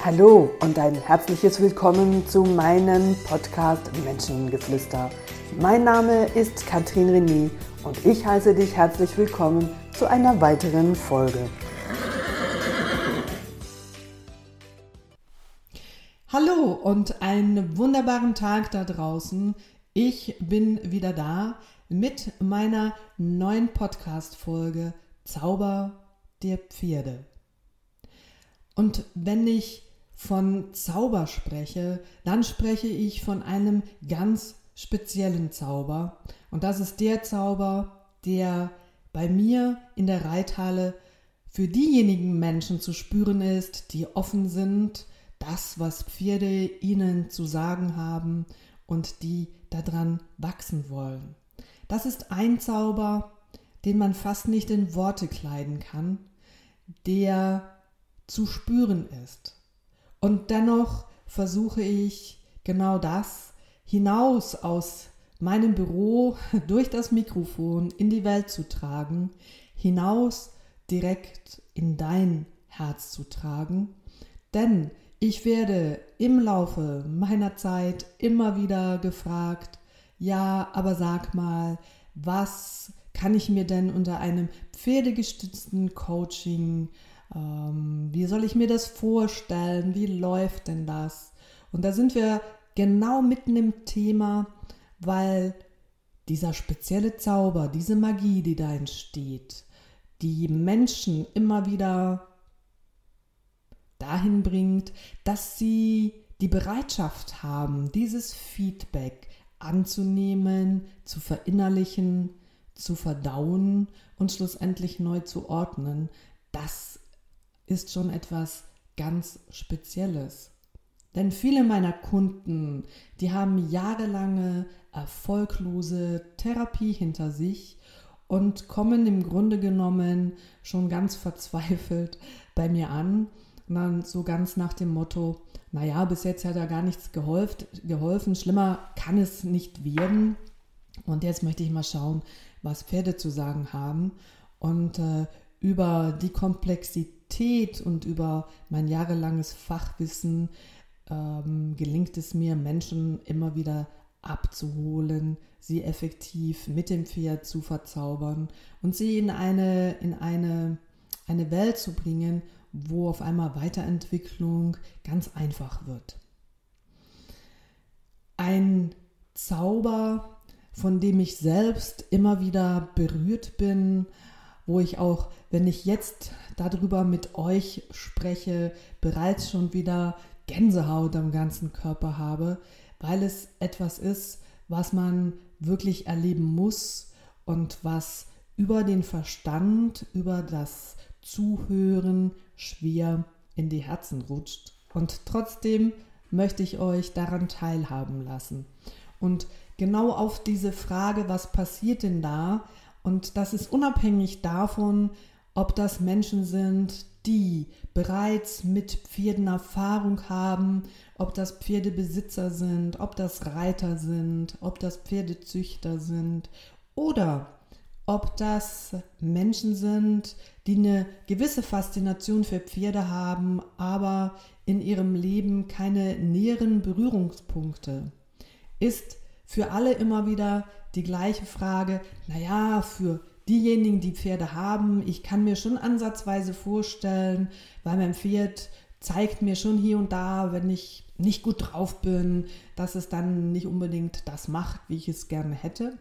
Hallo und ein herzliches Willkommen zu meinem Podcast Menschengeflüster. Mein Name ist Katrin René und ich heiße dich herzlich willkommen zu einer weiteren Folge. Hallo und einen wunderbaren Tag da draußen. Ich bin wieder da mit meiner neuen Podcast-Folge Zauber der Pferde. Und wenn ich von Zauber spreche, dann spreche ich von einem ganz speziellen Zauber. Und das ist der Zauber, der bei mir in der Reithalle für diejenigen Menschen zu spüren ist, die offen sind, das, was Pferde ihnen zu sagen haben und die daran wachsen wollen. Das ist ein Zauber, den man fast nicht in Worte kleiden kann, der zu spüren ist. Und dennoch versuche ich genau das hinaus aus meinem Büro durch das Mikrofon in die Welt zu tragen, hinaus direkt in dein Herz zu tragen. Denn ich werde im Laufe meiner Zeit immer wieder gefragt, ja, aber sag mal, was kann ich mir denn unter einem pferdegestützten Coaching wie soll ich mir das vorstellen? Wie läuft denn das? Und da sind wir genau mitten im Thema, weil dieser spezielle Zauber, diese Magie, die da entsteht, die Menschen immer wieder dahin bringt, dass sie die Bereitschaft haben, dieses Feedback anzunehmen, zu verinnerlichen, zu verdauen und schlussendlich neu zu ordnen. Das ist schon etwas ganz Spezielles. Denn viele meiner Kunden, die haben jahrelange erfolglose Therapie hinter sich und kommen im Grunde genommen schon ganz verzweifelt bei mir an und dann so ganz nach dem Motto, naja, bis jetzt hat ja gar nichts geholfen, schlimmer kann es nicht werden und jetzt möchte ich mal schauen, was Pferde zu sagen haben und über die Komplexität und über mein jahrelanges Fachwissen gelingt es mir, Menschen immer wieder abzuholen, sie effektiv mit dem Pferd zu verzaubern und sie in eine Welt zu bringen, wo auf einmal Weiterentwicklung ganz einfach wird. Ein Zauber, von dem ich selbst immer wieder berührt bin, wo ich auch, wenn ich jetzt darüber mit euch spreche, bereits schon wieder Gänsehaut am ganzen Körper habe, weil es etwas ist, was man wirklich erleben muss und was über den Verstand, über das Zuhören schwer in die Herzen rutscht. Und trotzdem möchte ich euch daran teilhaben lassen. Und genau auf diese Frage, was passiert denn da? Und das ist unabhängig davon, ob das Menschen sind, die bereits mit Pferden Erfahrung haben, ob das Pferdebesitzer sind, ob das Reiter sind, ob das Pferdezüchter sind oder ob das Menschen sind, die eine gewisse Faszination für Pferde haben, aber in ihrem Leben keine näheren Berührungspunkte. Ist für alle immer wieder die gleiche Frage, naja, für diejenigen, die Pferde haben, ich kann mir schon ansatzweise vorstellen, weil mein Pferd zeigt mir schon hier und da, wenn ich nicht gut drauf bin, dass es dann nicht unbedingt das macht, wie ich es gerne hätte.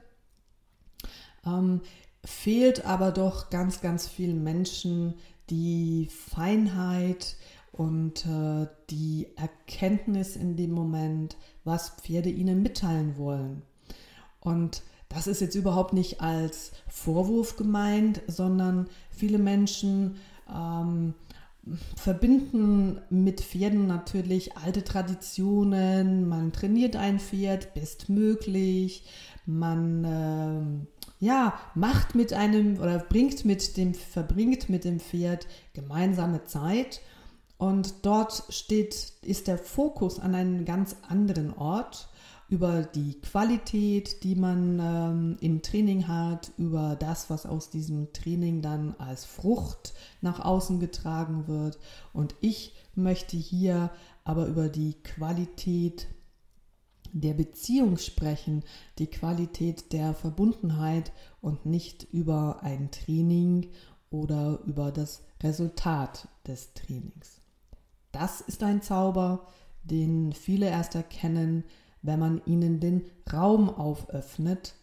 Fehlt aber doch ganz, ganz vielen Menschen die Feinheit und die Erkenntnis in dem Moment, was Pferde ihnen mitteilen wollen. Und das ist jetzt überhaupt nicht als Vorwurf gemeint, sondern viele Menschen verbinden mit Pferden natürlich alte Traditionen. Man trainiert ein Pferd bestmöglich, man macht mit einem oder verbringt mit dem Pferd gemeinsame Zeit. Und dort ist der Fokus an einem ganz anderen Ort, über die Qualität, die man im Training hat, über das, was aus diesem Training dann als Frucht nach außen getragen wird. Und ich möchte hier aber über die Qualität der Beziehung sprechen, die Qualität der Verbundenheit und nicht über ein Training oder über das Resultat des Trainings. Das ist ein Zauber, den viele erst erkennen, wenn man ihnen den Raum öffnet,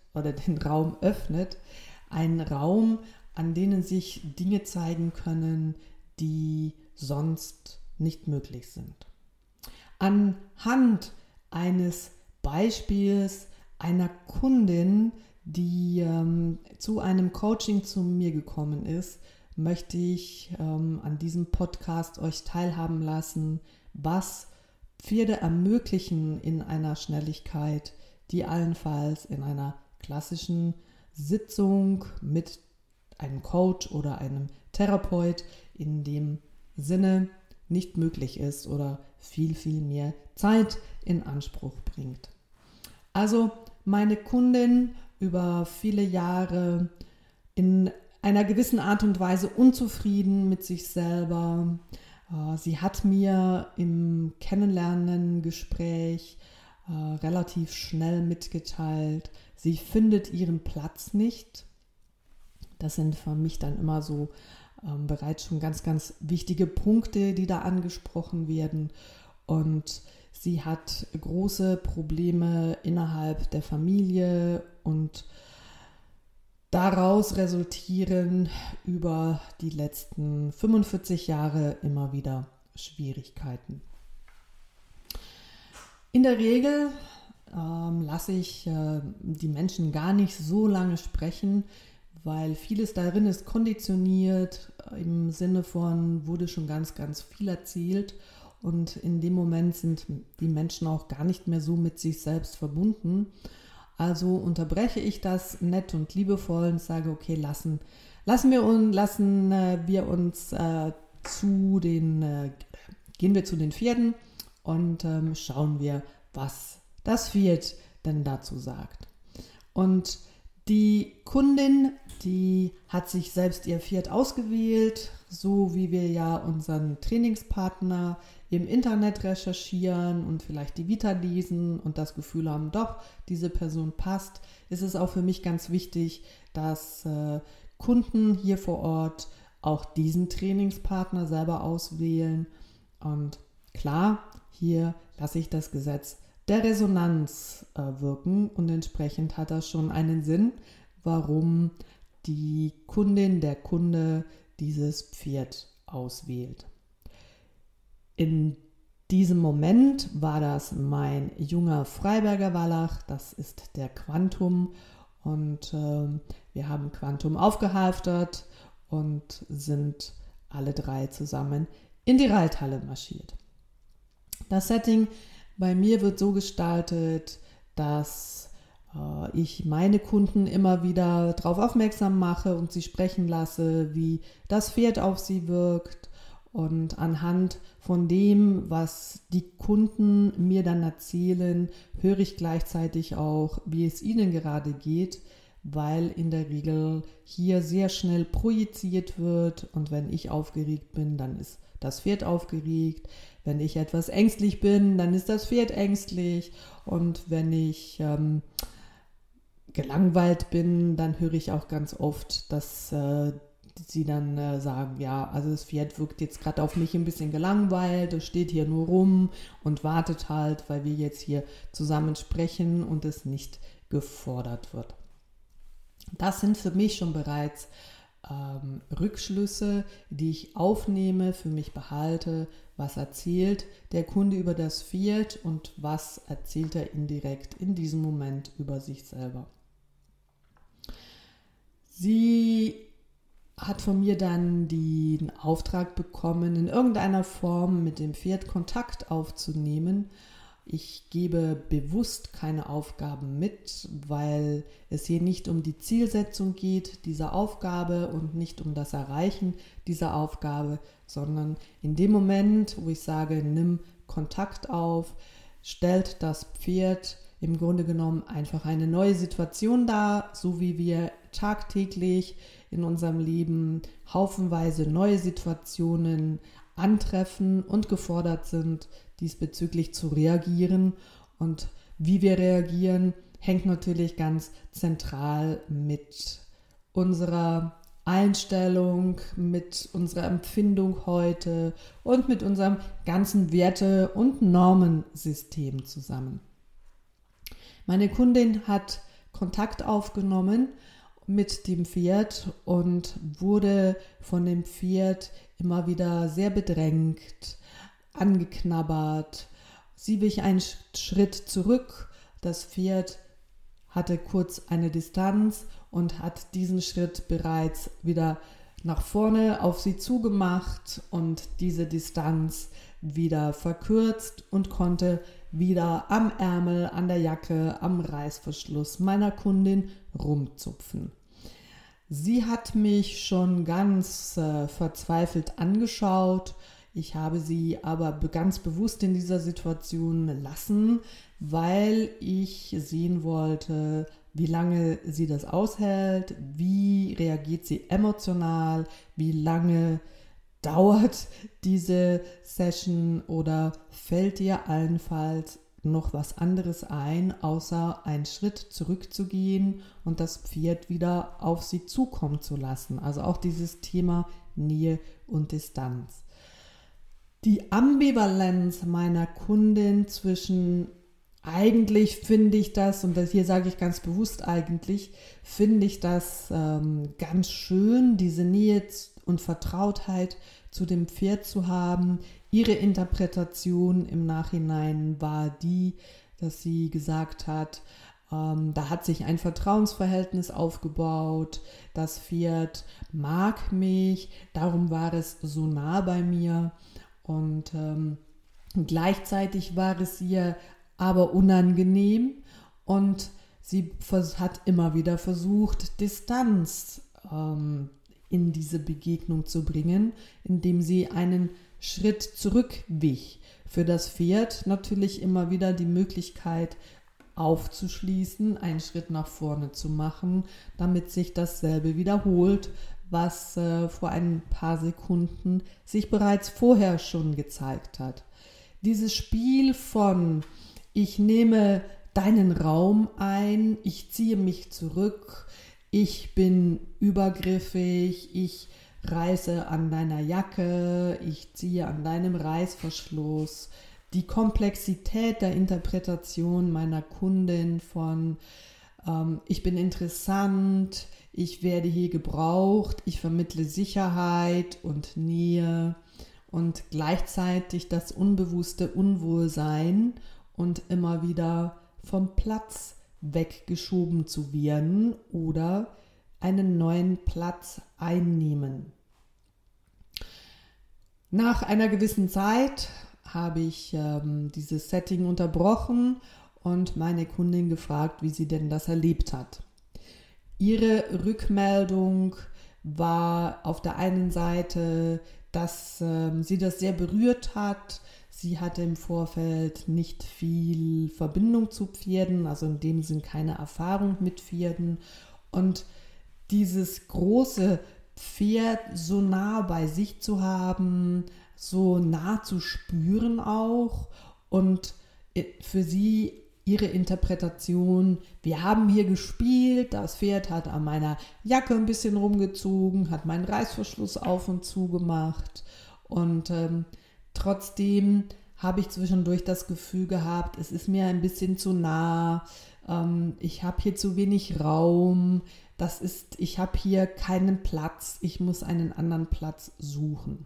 einen Raum, an denen sich Dinge zeigen können, die sonst nicht möglich sind. Anhand eines Beispiels einer Kundin, die zu einem Coaching zu mir gekommen ist, möchte ich an diesem Podcast euch teilhaben lassen, was Pferde ermöglichen in einer Schnelligkeit, die allenfalls in einer klassischen Sitzung mit einem Coach oder einem Therapeut in dem Sinne nicht möglich ist oder viel, viel mehr Zeit in Anspruch bringt. Also meine Kundin über viele Jahre in einer gewissen Art und Weise unzufrieden mit sich selber. Sie hat mir im Kennenlernen-Gespräch relativ schnell mitgeteilt, sie findet ihren Platz nicht. Das sind für mich dann immer so bereits schon ganz, ganz wichtige Punkte, die da angesprochen werden. Und sie hat große Probleme innerhalb der Familie und daraus resultieren über die letzten 45 Jahre immer wieder Schwierigkeiten. In der Regel lasse ich die Menschen gar nicht so lange sprechen, weil vieles darin ist konditioniert, im Sinne von wurde schon ganz, ganz viel erzählt und in dem Moment sind die Menschen auch gar nicht mehr so mit sich selbst verbunden. Also unterbreche ich das nett und liebevoll und sage, okay, lassen wir uns gehen wir zu den Pferden und schauen wir, was das Pferd denn dazu sagt. Und die Kundin, die hat sich selbst ihr Pferd ausgewählt, so wie wir ja unseren Trainingspartner im Internet recherchieren und vielleicht die Vita lesen und das Gefühl haben, doch, diese Person passt, ist es auch für mich ganz wichtig, dass Kunden hier vor Ort auch diesen Trainingspartner selber auswählen. Und klar, hier lasse ich das Gesetz der Resonanz wirken und entsprechend hat das schon einen Sinn, warum die Kundin, der Kunde dieses Pferd auswählt. In diesem Moment war das mein junger Freiberger Wallach, das ist der Quantum und wir haben Quantum aufgehalftert und sind alle drei zusammen in die Reithalle marschiert. Das Setting bei mir wird so gestaltet, dass ich meine Kunden immer wieder darauf aufmerksam mache und sie sprechen lasse, wie das Pferd auf sie wirkt. Und anhand von dem, was die Kunden mir dann erzählen, höre ich gleichzeitig auch, wie es ihnen gerade geht, weil in der Regel hier sehr schnell projiziert wird und wenn ich aufgeregt bin, dann ist das Pferd aufgeregt. Wenn ich etwas ängstlich bin, dann ist das Pferd ängstlich und wenn ich gelangweilt bin, dann höre ich auch ganz oft, dass sie dann sagen, ja, also das Pferd wirkt jetzt gerade auf mich ein bisschen gelangweilt, es steht hier nur rum und wartet halt, weil wir jetzt hier zusammen sprechen und es nicht gefordert wird. Das sind für mich schon bereits Rückschlüsse, die ich aufnehme, für mich behalte, was erzählt der Kunde über das Pferd und was erzählt er indirekt in diesem Moment über sich selber. Sie hat von mir dann den Auftrag bekommen, in irgendeiner Form mit dem Pferd Kontakt aufzunehmen. Ich gebe bewusst keine Aufgaben mit, weil es hier nicht um die Zielsetzung geht dieser Aufgabe und nicht um das Erreichen dieser Aufgabe, sondern in dem Moment, wo ich sage, nimm Kontakt auf, stellt das Pferd im Grunde genommen einfach eine neue Situation dar, so wie wir tagtäglich in unserem Leben haufenweise neue Situationen antreffen und gefordert sind, diesbezüglich zu reagieren. Und wie wir reagieren, hängt natürlich ganz zentral mit unserer Einstellung, mit unserer Empfindung heute und mit unserem ganzen Werte- und Normensystem zusammen. Meine Kundin hat Kontakt aufgenommen mit dem Pferd und wurde von dem Pferd immer wieder sehr bedrängt, angeknabbert. Sie wich einen Schritt zurück. Das Pferd hatte kurz eine Distanz und hat diesen Schritt bereits wieder nach vorne auf sie zugemacht und diese Distanz wieder verkürzt und konnte wieder am Ärmel, an der Jacke, am Reißverschluss meiner Kundin rumzupfen. Sie hat mich schon ganz verzweifelt angeschaut. Ich habe sie aber ganz bewusst in dieser Situation lassen, weil ich sehen wollte, wie lange sie das aushält, wie reagiert sie emotional, wie lange dauert diese Session oder fällt ihr allenfalls noch was anderes ein, außer einen Schritt zurückzugehen und das Pferd wieder auf sie zukommen zu lassen. Also auch dieses Thema Nähe und Distanz. Die Ambivalenz meiner Kundin zwischen eigentlich finde ich das, und hier sage ich ganz bewusst eigentlich, finde ich das ganz schön, diese Nähe und Vertrautheit zu dem Pferd zu haben. Ihre Interpretation im Nachhinein war die, dass sie gesagt hat, da hat sich ein Vertrauensverhältnis aufgebaut, das Pferd mag mich, darum war es so nah bei mir und gleichzeitig war es ihr aber unangenehm und sie hat immer wieder versucht, Distanz in diese Begegnung zu bringen, indem sie einen Schritt zurückwich. Für das Pferd natürlich immer wieder die Möglichkeit aufzuschließen, einen Schritt nach vorne zu machen, damit sich dasselbe wiederholt, was vor ein paar Sekunden sich bereits vorher schon gezeigt hat. Dieses Spiel von ich nehme deinen Raum ein, ich ziehe mich zurück, ich bin übergriffig, ich reiße an deiner Jacke, ich ziehe an deinem Reißverschluss. Die Komplexität der Interpretation meiner Kundin von ich bin interessant, ich werde hier gebraucht, ich vermittle Sicherheit und Nähe und gleichzeitig das unbewusste Unwohlsein und immer wieder vom Platz weggeschoben zu werden oder einen neuen Platz einnehmen. Nach einer gewissen Zeit habe ich dieses Setting unterbrochen und meine Kundin gefragt, wie sie denn das erlebt hat. Ihre Rückmeldung war auf der einen Seite, dass sie das sehr berührt hat. Sie hatte im Vorfeld nicht viel Verbindung zu Pferden, also in dem Sinn keine Erfahrung mit Pferden. Und dieses große Pferd so nah bei sich zu haben, so nah zu spüren auch und für sie ihre Interpretation, wir haben hier gespielt, das Pferd hat an meiner Jacke ein bisschen rumgezogen, hat meinen Reißverschluss auf und zu gemacht und trotzdem habe ich zwischendurch das Gefühl gehabt, es ist mir ein bisschen zu nah, ich habe hier zu wenig Raum, ich habe hier keinen Platz, ich muss einen anderen Platz suchen.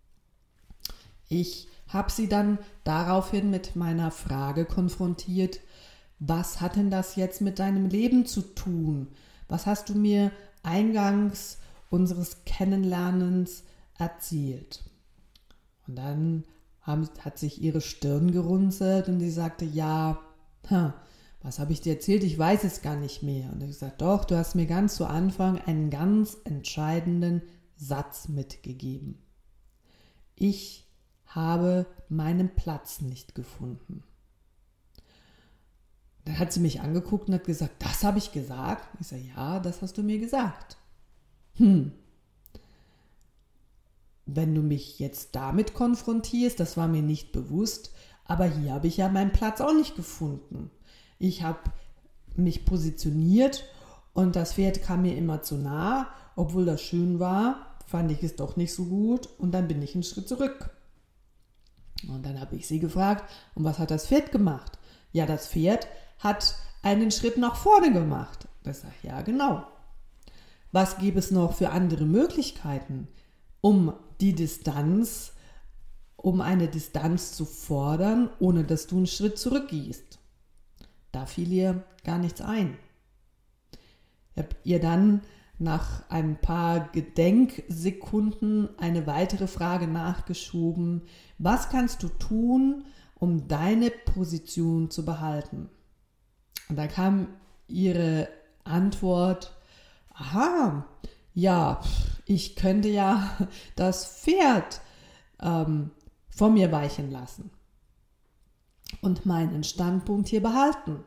Ich habe sie dann daraufhin mit meiner Frage konfrontiert, was hat denn das jetzt mit deinem Leben zu tun? Was hast du mir eingangs unseres Kennenlernens erzählt? Und dann hat sich ihre Stirn gerunzelt und sie sagte, ja, was habe ich dir erzählt? Ich weiß es gar nicht mehr. Und ich habe gesagt, doch, du hast mir ganz zu Anfang einen ganz entscheidenden Satz mitgegeben. Ich habe meinen Platz nicht gefunden. Dann hat sie mich angeguckt und hat gesagt, das habe ich gesagt? Ich sage, ja, das hast du mir gesagt. wenn du mich jetzt damit konfrontierst, das war mir nicht bewusst, aber hier habe ich ja meinen Platz auch nicht gefunden. Ich habe mich positioniert und das Pferd kam mir immer zu nah, obwohl das schön war, fand ich es doch nicht so gut und dann bin ich einen Schritt zurück. Und dann habe ich sie gefragt, und was hat das Pferd gemacht? Ja, das Pferd hat einen Schritt nach vorne gemacht. Ich sage, ja genau. Was gäbe es noch für andere Möglichkeiten, um eine Distanz zu fordern, ohne dass du einen Schritt zurückgehst? Da fiel ihr gar nichts ein. Ich habe ihr dann nach ein paar Gedenksekunden eine weitere Frage nachgeschoben. Was kannst du tun, um deine Position zu behalten? Und da kam ihre Antwort, aha, ja, ich könnte ja das Pferd von mir weichen lassen und meinen Standpunkt hier behalten.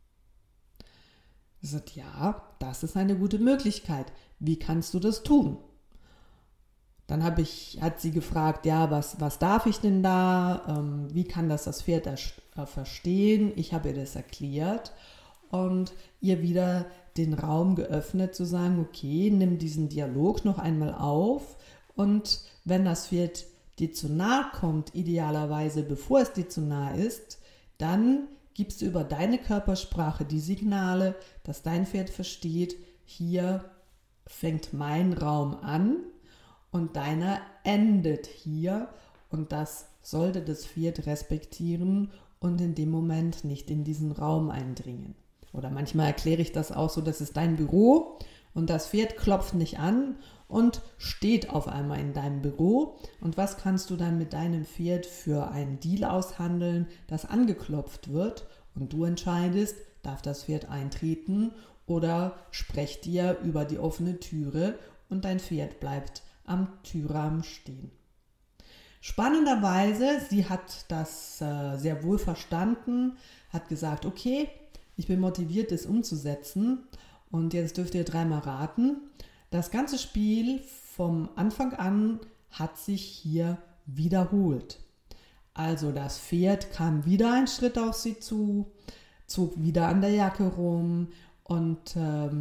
Ich sagte, ja, das ist eine gute Möglichkeit. Wie kannst du das tun? Dann hat sie gefragt, ja, was darf ich denn da? Wie kann das Pferd verstehen? Ich habe ihr das erklärt und ihr wieder den Raum geöffnet zu sagen, okay, nimm diesen Dialog noch einmal auf und wenn das Pferd dir zu nahe kommt, idealerweise bevor es dir zu nahe ist, dann gibst du über deine Körpersprache die Signale, dass dein Pferd versteht, hier fängt mein Raum an und deiner endet hier und das sollte das Pferd respektieren und in dem Moment nicht in diesen Raum eindringen. Oder manchmal erkläre ich das auch so, das ist dein Büro und das Pferd klopft nicht an und steht auf einmal in deinem Büro. Und was kannst du dann mit deinem Pferd für einen Deal aushandeln, das angeklopft wird und du entscheidest, darf das Pferd eintreten oder sprecht dir über die offene Türe und dein Pferd bleibt am Türrahmen stehen. Spannenderweise, sie hat das sehr wohl verstanden, hat gesagt, okay, ich bin motiviert, das umzusetzen und jetzt dürft ihr 3-mal raten. Das ganze Spiel vom Anfang an hat sich hier wiederholt. Also das Pferd kam wieder einen Schritt auf sie zu, zog wieder an der Jacke rum und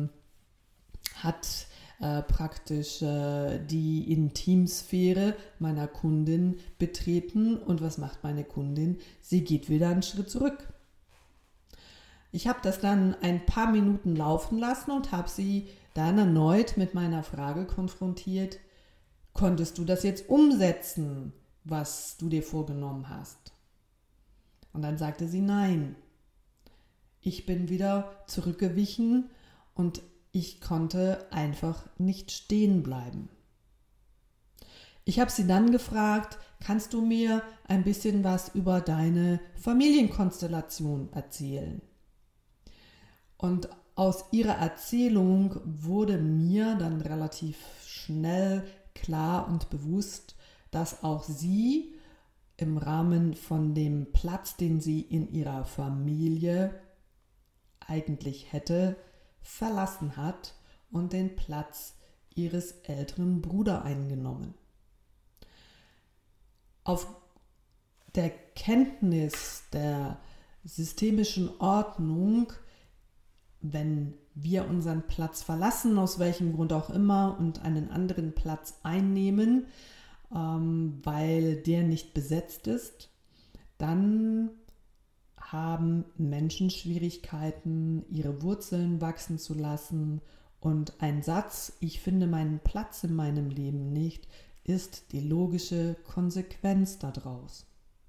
hat praktisch die Intimsphäre meiner Kundin betreten. Und was macht meine Kundin? Sie geht wieder einen Schritt zurück. Ich habe das dann ein paar Minuten laufen lassen und habe sie dann erneut mit meiner Frage konfrontiert, konntest du das jetzt umsetzen, was du dir vorgenommen hast? Und dann sagte sie nein. Ich bin wieder zurückgewichen und ich konnte einfach nicht stehen bleiben. Ich habe sie dann gefragt, kannst du mir ein bisschen was über deine Familienkonstellation erzählen? Und aus ihrer Erzählung wurde mir dann relativ schnell klar und bewusst, dass auch sie im Rahmen von dem Platz, den sie in ihrer Familie eigentlich hätte, verlassen hat und den Platz ihres älteren Bruders eingenommen. Auf der Kenntnis der systemischen Ordnung, wenn wir unseren Platz verlassen, aus welchem Grund auch immer, und einen anderen Platz einnehmen, weil der nicht besetzt ist, dann haben Menschen Schwierigkeiten, ihre Wurzeln wachsen zu lassen. Und ein Satz, ich finde meinen Platz in meinem Leben nicht, ist die logische Konsequenz daraus.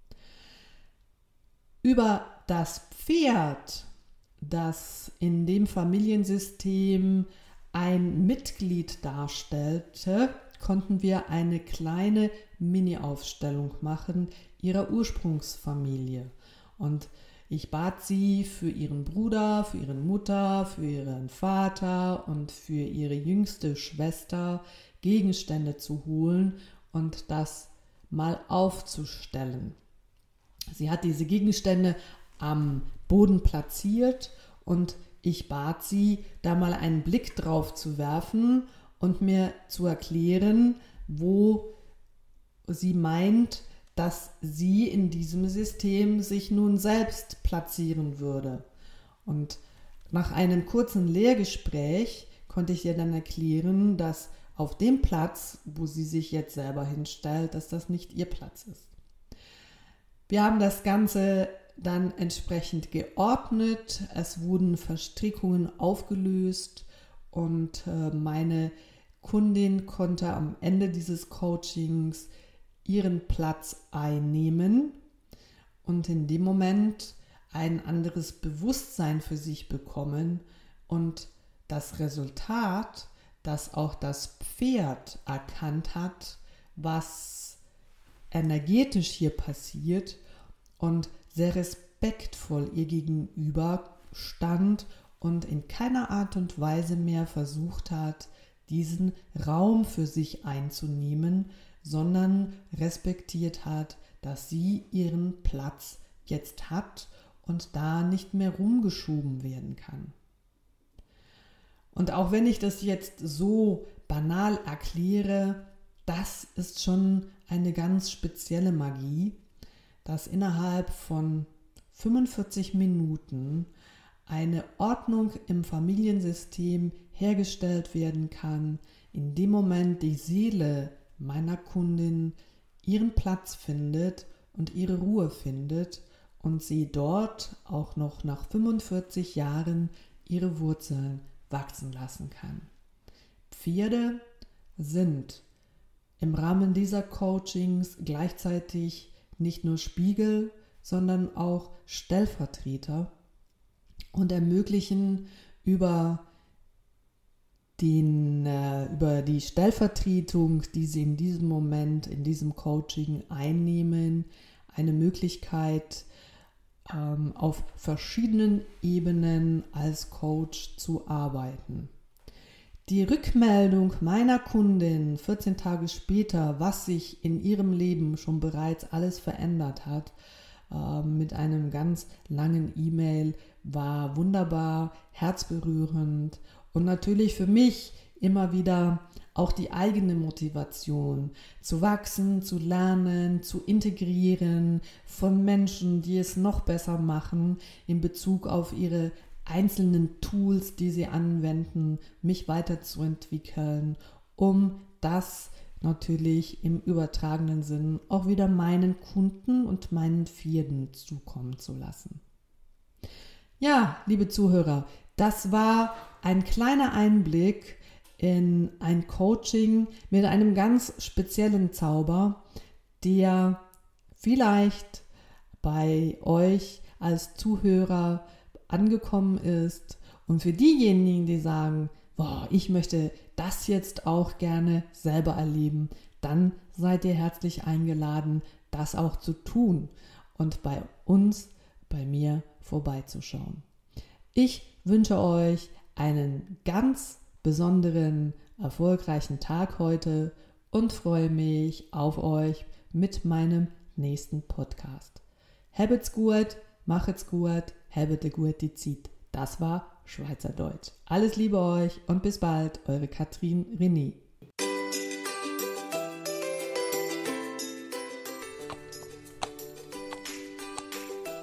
Über das Pferd, das in dem Familiensystem ein Mitglied darstellte, konnten wir eine kleine Mini-Aufstellung machen ihrer Ursprungsfamilie. Und ich bat sie für ihren Bruder, für ihre Mutter, für ihren Vater und für ihre jüngste Schwester Gegenstände zu holen und das mal aufzustellen. Sie hat diese Gegenstände am Boden platziert und ich bat sie, da mal einen Blick drauf zu werfen und mir zu erklären, wo sie meint, dass sie in diesem System sich nun selbst platzieren würde. Und nach einem kurzen Lehrgespräch konnte ich ihr dann erklären, dass auf dem Platz, wo sie sich jetzt selber hinstellt, dass das nicht ihr Platz ist. Wir haben das Ganze dann entsprechend geordnet, es wurden Verstrickungen aufgelöst und meine Kundin konnte am Ende dieses Coachings ihren Platz einnehmen und in dem Moment ein anderes Bewusstsein für sich bekommen und das Resultat, dass auch das Pferd erkannt hat, was energetisch hier passiert und sehr respektvoll ihr gegenüber stand und in keiner Art und Weise mehr versucht hat, diesen Raum für sich einzunehmen, sondern respektiert hat, dass sie ihren Platz jetzt hat und da nicht mehr rumgeschoben werden kann. Und auch wenn ich das jetzt so banal erkläre, das ist schon eine ganz spezielle Magie, dass innerhalb von 45 Minuten eine Ordnung im Familiensystem hergestellt werden kann, in dem Moment die Seele meiner Kundin ihren Platz findet und ihre Ruhe findet und sie dort auch noch nach 45 Jahren ihre Wurzeln wachsen lassen kann. Pferde sind im Rahmen dieser Coachings gleichzeitig nicht nur Spiegel, sondern auch Stellvertreter und ermöglichen über die Stellvertretung, die sie in diesem Moment, in diesem Coaching einnehmen, eine Möglichkeit, auf verschiedenen Ebenen als Coach zu arbeiten. Die Rückmeldung meiner Kundin 14 Tage später, was sich in ihrem Leben schon bereits alles verändert hat, mit einem ganz langen E-Mail, war wunderbar, herzberührend und natürlich für mich immer wieder auch die eigene Motivation, zu wachsen, zu lernen, zu integrieren von Menschen, die es noch besser machen in Bezug auf ihre einzelnen Tools, die sie anwenden, mich weiterzuentwickeln, um das natürlich im übertragenen Sinn auch wieder meinen Kunden und meinen Pferden zukommen zu lassen. Ja, liebe Zuhörer, das war ein kleiner Einblick in ein Coaching mit einem ganz speziellen Zauber, der vielleicht bei euch als Zuhörer angekommen ist. Und für diejenigen, die sagen, boah, ich möchte das jetzt auch gerne selber erleben, dann seid ihr herzlich eingeladen, das auch zu tun und bei mir vorbeizuschauen. Ich wünsche euch einen ganz besonderen, erfolgreichen Tag heute und freue mich auf euch mit meinem nächsten Podcast. Habt's gut, macht's gut, habet a gute Zeit. Das war Schweizerdeutsch. Alles Liebe euch und bis bald, eure Katrin René.